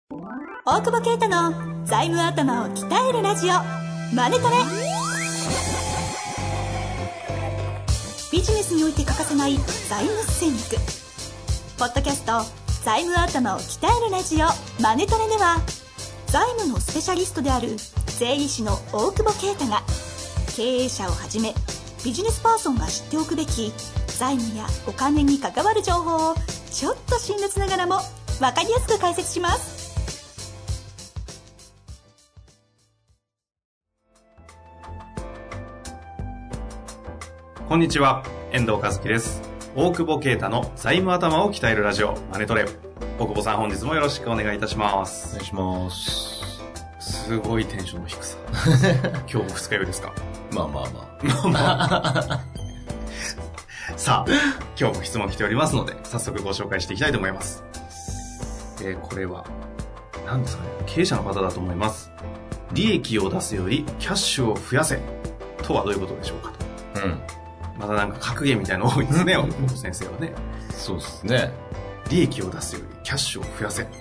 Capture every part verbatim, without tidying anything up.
大久保啓太の財務頭を鍛えるラジオマネトレ。ビジネスにおいて欠かせない財務戦略。ポッドキャスト財務頭を鍛えるラジオマネトレでは、財務のスペシャリストである税理士の大久保啓太が、経営者をはじめビジネスパーソンが知っておくべき財務やお金に関わる情報をちょっと辛辣ながらも分かりやすく解説します。 こんにちは、遠藤和樹です。大久保啓太の財務頭を鍛えるラジオマネトレ。大久保さん、本日もよろしくお願いいたします。 お願いします。 すごいテンションの低さ。今日も二日酔いですか？ まあまあまあ。まあまあさあ、今日も質問来ておりますので、早速ご紹介していきたいと思います。えー、これは何ですかね、経営者の方だと思います。利益を出すよりキャッシュを増やせとはどういうことでしょうかと。うん。またなんか格言みたいなの多いですね、大久保先生はね。 そうですね。 利益を出すよりキャッシュを増やせ。うん。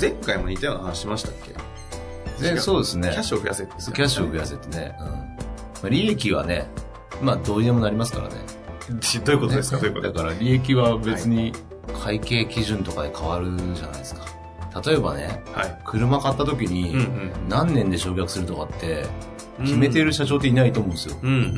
前回も似たような話しましたっけ？ そうですね。 キャッシュを増やせって、ね。 キャッシュを増やせってね。うん。まあ、利益はね、まあどうにでもなりますからね。 どういうことですか？どういうこと？ だから利益は別に会計基準とかで変わるじゃないですか。例えばね、はい、車買った時に何年で償却するとかって決めてる社長っていないと思うんですよ。うんうんうん、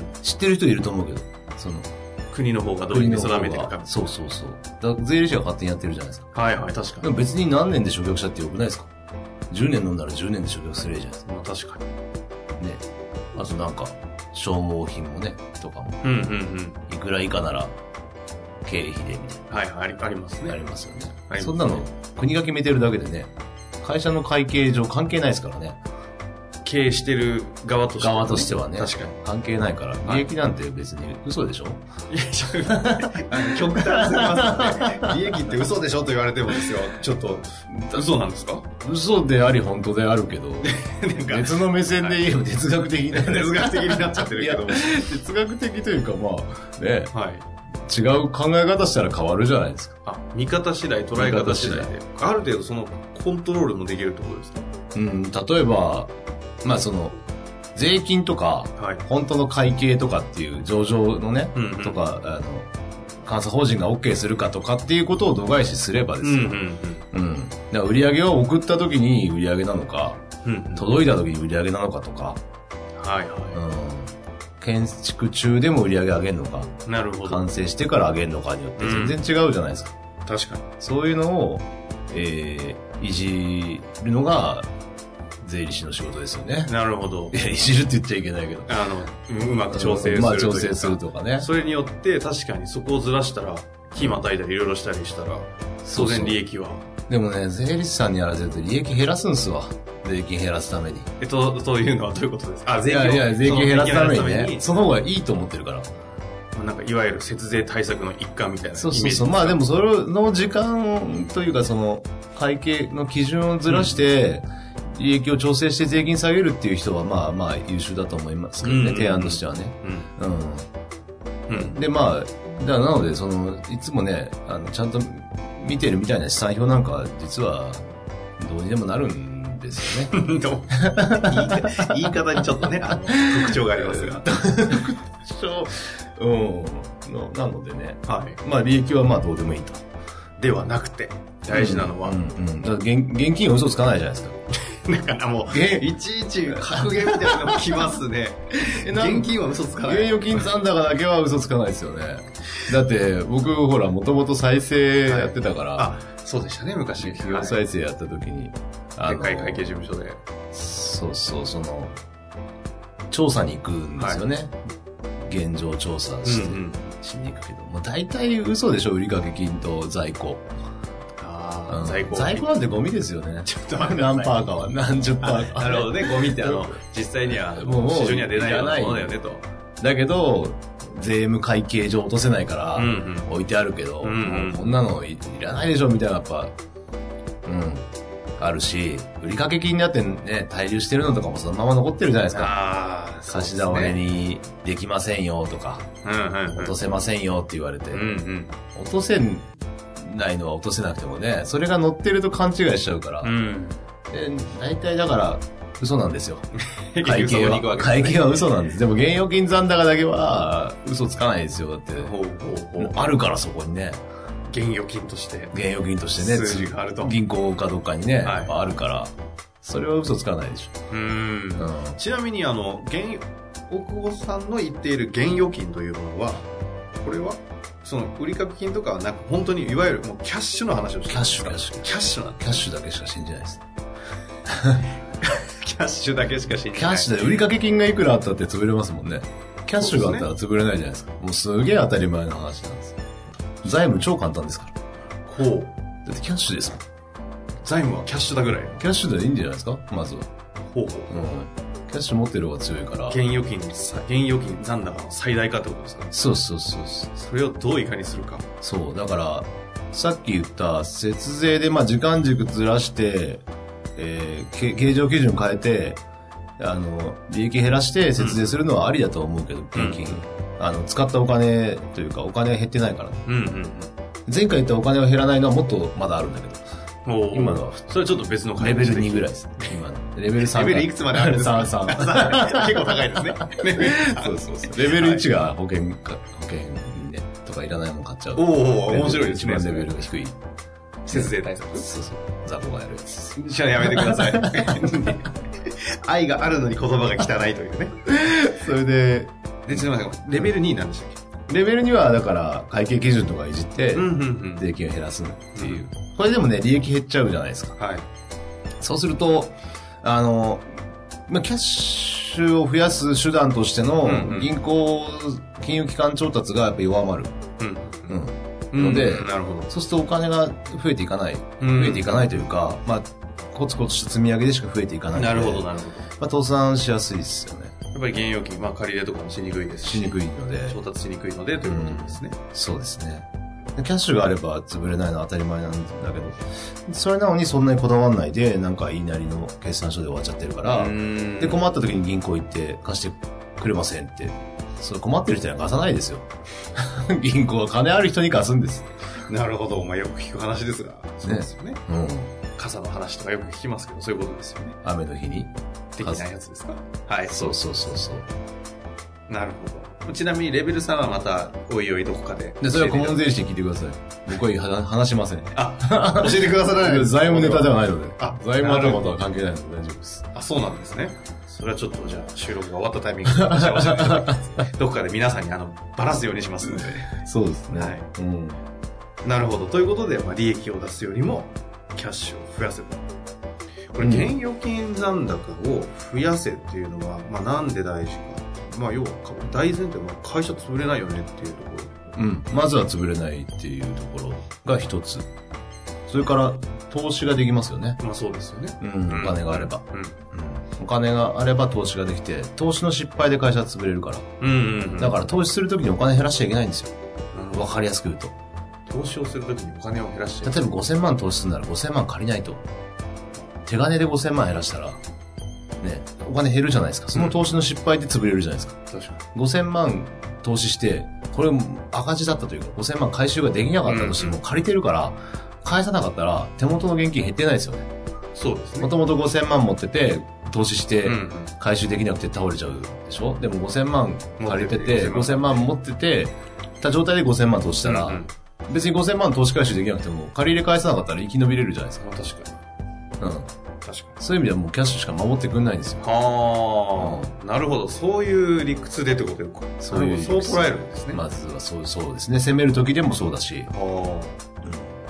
知ってる人いると思うけど、その国の方がどういうふうに定めてるか。 そうそうそう。だから税理士が勝手にやってるじゃないですか。 はいはい、確かに。 でも別に何年で償却したってよくないですか？じゅうねん飲んだらじゅうねんで償却するじゃないですか。 まあ確かに。ね。あとなんか消耗品もねとかも、うんうんうん、いくら以下なら経費でみたいな。 はいはい、ありますね。 ありますよね。そんなの国が決めてるだけでね、会社の会計上関係ないですからね。 経営してる側としては、ね、 側としてはね。 確かに。 関係ないから。利益なんて別に嘘でしょ？ いや、極端すぎますね。利益って嘘でしょと言われてもですよ。ちょっと、嘘なんですか？ 嘘であり本当であるけど、別の目線で言えば哲学的な、 哲学的になっちゃってるけども。 哲学的というかまあ、ね。はい。違う考え方したら変わるじゃないですか。 あ、見方次第、捉え方次第で。ある程度そのコントロールもできるってことですか？ うん、例えば、まあその、税金とか、はい、本当の会計とかっていう上場のね、うんうん、とか、あの、監査法人が OK するかとかっていうことを度外視すればですよ。うんうんうん。うん。だから売上を送った時に売上なのか、うんうん、届いた時に売上なのかとか、 はいはい。 うん。建築中でも売り上げ上げるのか、 なるほど。 完成してから上げるのかによって全然違うじゃないですか。 うん、確かに。 そういうのを、えー、いじるのが税理士の仕事ですよね。 なるほど。 いや、いじるって言っちゃいけないけど。 あの、うまく調整するというか。 まあ調整するとかね。 それによって確かにそこをずらしたら、日またいだりいろいろしたりしたら、当然利益は。 でもね、税理士さんにやらせると利益減らすんすわ。税金減らすために。 えっと、というのはどういうことですか？あ、税金。 いやいや、税金減らすためにね。その方がいいと思ってるから。 なんか、いわゆる節税対策の一環みたいなイメージ。 そうそうそう。まあでも、それの時間というか、その、会計の基準をずらして、利益を調整して税金下げるっていう人は、まあまあ優秀だと思いますけどね、うん、提案としてはね。うん。うん。うん、で、まあ、だからなので、その、いつもね、あの、ちゃんと見てるみたいな試算表なんか、実は、どうにでもなるんですよね。 言い方にちょっとね、あの特徴がありますが。特徴、うんの。なのでね、はい。まあ利益はまあどうでもいいと。 ではなくて、大事なのは。うん、うん、 うん。だから現、現金は嘘つかないじゃないですか。 だからもう、いちいち格言みたいなのも来ますね。現金は嘘つかない。 現預金残高だけは嘘つかないですよね。だって、僕、ほら、もともと再生やってたから。はい、 あ、そうでしたね、昔。 企業再生やった時に。 でっかい会計事務所で。 そうそう、その、調査に行くんですよね。はい、現状調査して、うんうん、しに行くけど。もう大体嘘でしょ、売掛金と在庫。 ああ、在庫。 在庫なんてゴミですよね。 ちょっと待って。 何パーかは、何十パーか。 なるほどね、ゴミってあの、実際には、もう、市場には出ないようなものだよねと。 だけど、税務会計上落とせないから、置いてあるけど、うんうん、こんなの い, いらないでしょみたいな、やっぱ、うん、あるし、売掛金にあってね、滞留してるのとかもそのまま残ってるじゃないですか。あ貸し倒れにできませんよとか、うんうんうん、落とせませんよって言われて、うんうん、落とせないのは落とせなくてもね、それが乗ってると勘違いしちゃうから。うん。で、大体だから、嘘なんですよ。会計は。会計は嘘なんです。でも、現預金残高だけは、嘘つかないですよ。だって。ほうほうほう。あるから、そこにね。 現預金として。 現預金としてね。 数字があると。 銀行かどっかにね、はい、やっぱあるから、それは嘘つかないでしょ。うーん。 うん、ちなみに、あの、現、大久保さんの言っている現預金というものは、これはその売掛金とかはなく、本当にいわゆるもうキャッシュの話をしてる。 キャッシュ、キャッシュ。 キャッシュなんキャッシュだけしか信じないです。 キャッシュだけしか信じない。 キャッシュで売掛金がいくらあったって潰れますもんね。キャッシュがあったら潰れないじゃないですか。もうすげえ当たり前の話なんです。財務超簡単ですから。ほう。だってキャッシュですもん。 財務はキャッシュだぐらい。 キャッシュでいいんじゃないですか、まずは。ほうほう。うん。キャッシュ持ってる方が強いから。 現預金、現預金残高の最大化ってことですか？ そうそうそうそう。 それをどういかにするか。 そう。だから、さっき言った節税で、まあ時間軸ずらして、えー、計上基準変えて、あの、利益減らして節税するのはありだと思うけど、現、うん、金。あの、使ったお金というか、お金が減ってないから。うんうんうん。前回言ったお金が減らないのはもっとまだあるんだけど。今のはそれはちょっと別のレベルにぐらいです。今のレベルさん。 レベルいくつまであるんですか？ さん、さん。 結構高いですね。 そうそうそう。レベルいちが保険か、保険ね、とかいらないもん買っちゃう。 おお、面白いですね。 一番レベルが低い。 節税対策。 そうそう。雑魚がやるやつ。 じゃあやめてください。愛があるのに言葉が汚いというね。 それで、 で、ちょっと待って、レベルになんでしたっけ？レベルには、だから、会計基準とかいじって、税金を減らすっていう。これでもね、利益減っちゃうじゃないですか。はい。そうすると、あの、まあ、キャッシュを増やす手段としての、銀行、金融機関調達がやっぱ弱まる。うん。うん。ので、うん、なるほど。そうするとお金が増えていかない。増えていかないというか、まあ、コツコツした積み上げでしか増えていかないので。 なるほど、なるほど。 まあ、倒産しやすいですよね。 やっぱり現預金、まあ、借り入れとかもしにくいですし。 しにくいので。 調達しにくいのでということですね。うん、 そうですね。キャッシュがあれば潰れないのは当たり前なんだけど、それなのにそんなにこだわらないで、なんか言いなりの決算書で終わっちゃってるから、で、困った時に銀行行って貸してくれませんって、それ困ってる人には貸さないですよ。銀行は金ある人に貸すんです。 なるほど。まあよく聞く話ですが。そうですよね。うん。傘の話とかよく聞きますけど、そういうことですよね。 雨の日に的なやつですか？はい。 そうそうそうそう。 なるほど。ちなみにレベルさんはまたおいおいどこかで。 で、それは顧問税理士に聞いてください。僕は話しません。 あ、教えてくださらない。 財務ネタではないので。あ、財務頭とは関係ないので大丈夫です。 あ、そうなんですね。それはちょっとじゃあ収録が終わったタイミングで教えていただきます。どこかで皆さんにあの、ばらすようにしますので。 そうですね。はい。 うん。なるほど。ということで、まあ、利益を出すよりも、キャッシュを増やせと。これ、現預金残高を増やせっていうのは、まあ、なんで大事か。まあ、要は、大前提は会社潰れないよねっていうところ。うん。まずは潰れないっていうところが一つ。それから、投資ができますよね。 まあ、そうですよね。 うん。お金があれば。うん。うん、お金があれば投資ができて、投資の失敗で会社は潰れるから。うんうんうん。だから、投資するときにお金減らしちゃいけないんですよ。わかりやすく言うと。 投資をするときにお金を減らしちゃいけない。例えばごせんまん投資するならごせんまん借りないと。手金でごせんまん減らしたら、ね、お金減るじゃないですか。その投資の失敗で潰れるじゃないですか。うん、確かに。ごせんまん投資して、これ赤字だったというか、ごせんまん回収ができなかったとしても、借りてるから、返さなかったら、手元の現金減ってないですよね。 そうですね。 もともとごせんまん持ってて、投資して、回収できなくて倒れちゃうでしょ。でもごせんまん借りてて、ごせんまん持ってて、た状態でごせんまん投資したら、うんうん、別にごせんまん投資回収できなくても、借り入れ返さなかったら生き延びれるじゃないですか。 確かに。 うん。確かに。そういう意味ではもうキャッシュしか守ってくんないんですよ。 はあ、うん、なるほど。そういう理屈でってことで、そういう。そう捉えるんですね。 まずはそう、そうですね。攻める時でもそうだし。はあ、うん。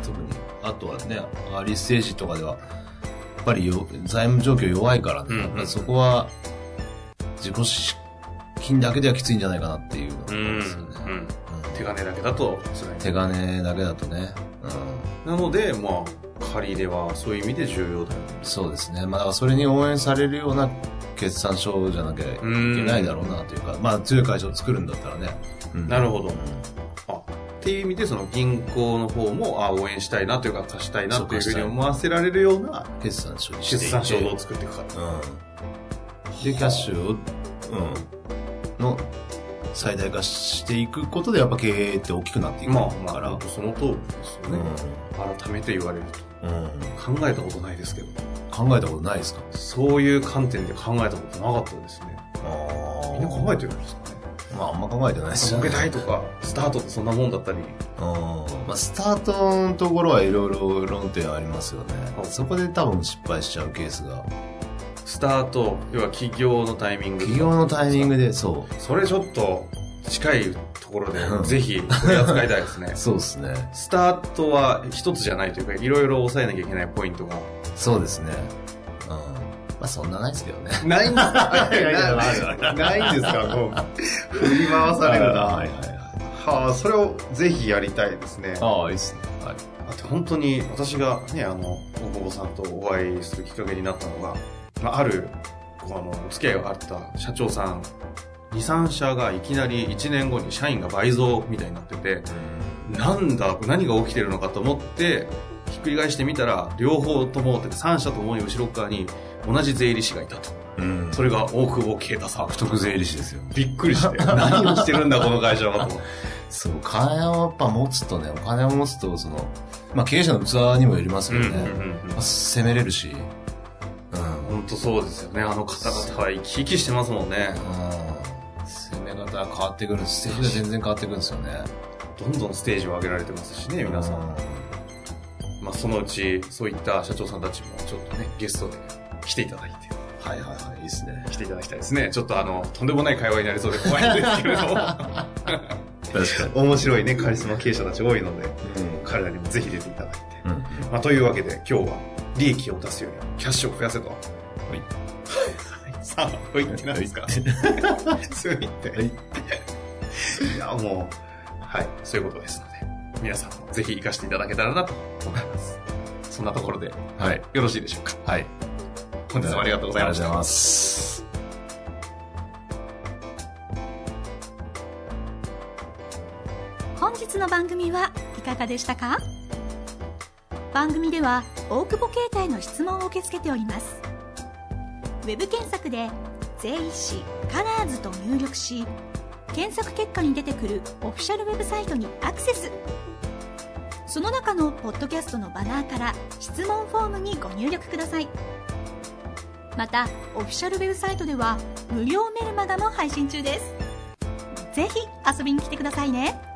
特に。あとはね、アーリーステージとかでは、やっぱりよ財務状況弱いからね。うんうん、そこは、自己資金だけではきついんじゃないかなっていうのがありますよね。うんうん、 手金だけだと辛い。手金だけだとね。 うん、なので、まあ、借り入れはそういう意味で重要だよね。 そうですね。まあ、だからそれに応援されるような決算書じゃなきゃいけないだろうなというか、まあ、強い会社を作るんだったらね。 うん、なるほど。あ、っていう意味で、その銀行の方も、あ、応援したいなというか、貸したいなというふうに思わせられるような決算書にしていて。 決算書をどう作っていくか。 うん。で、キャッシュを、うん、の最大化していくことでやっぱ経営って大きくなっていくまあ、 から、 まあ、その通りですよね、うん、改めて言われると、うん、考えたことないですけど。 考えたことないですか？ そういう観点で考えたことなかったですね。 あみんな考えてるんですかね。 まああんま考えてないですよね。 ボケたいとかスタートってそんなもんだったり、 うん、まあ、スタートのところはいろいろ論点ありますよね。そこで多分失敗しちゃうケースが。 スタート、要は起業のタイミング。 起業のタイミングで、そう。 それちょっと近いところでぜひ取り扱いたいですね。 そうですね。 スタートは一つじゃないというか、いろいろ抑えなきゃいけないポイントが。 そうですね。うん。まあそんなないですけどね。 ないんですか？ないんですか？もう振り回されるな。はいはいはい。はあ、それをぜひやりたいですね。 ああ、いいですね。はい。 あと本当に私がね、あの、大久保さんとお会いするきっかけになったのが、まあ、ある、こうあの、お付き合いがあった社長さん、に、さん社がいきなりいちねんごに社員が倍増みたいになってて、うん、なんだ、何が起きてるのかと思って、ひっくり返してみたら、両方とも、さん社ともに後ろ側に同じ税理士がいたと。うん、それが大久保啓太さん。 不徳税理士ですよ。 びっくりして。何をしてるんだ、この会社はと。 そう、金をやっぱ持つとね、お金を持つと、その、まあ経営者の器にもよりますよね。うんうんうんうん、まあ、攻めれるし。 うん。本当そうですよね。あの方々は生き生きしてますもんね。 うん。攻め方が変わってくる。ステージが全然変わってくるんですよね。 どんどんステージを上げられてますしね、皆さん。まあそのうち、そういった社長さんたちもちょっとね、ゲストで来ていただいて。 はいはいはい、いいですね。 来ていただきたいですね。ちょっとあの、とんでもない会話になりそうで怖いんですけれども。確かに。面白いね、カリスマ経営者たち多いので、うん、彼らにもぜひ出ていただいて。うん、まあ、というわけで今日は利益を出すよりキャッシュを増やせと。はい。さあ、ほいって何ですか？そう言って。はい。いや、もう、はい、そういうことですので、皆さんもぜひ活かしていただけたらなと思います。そんなところで、はい、よろしいでしょうか。はい。本日もありがとうございました。 ありがとうございます。 本日の番組はいかがでしたか？番組では大久保携帯の質問を受け付けております。ウェブ検索で税理士カラーズと入力し、検索結果に出てくるオフィシャルウェブサイトにアクセス。その中のポッドキャストのバナーから質問フォームにご入力ください。またオフィシャルウェブサイトでは無料メルマガも配信中です。ぜひ遊びに来てくださいね。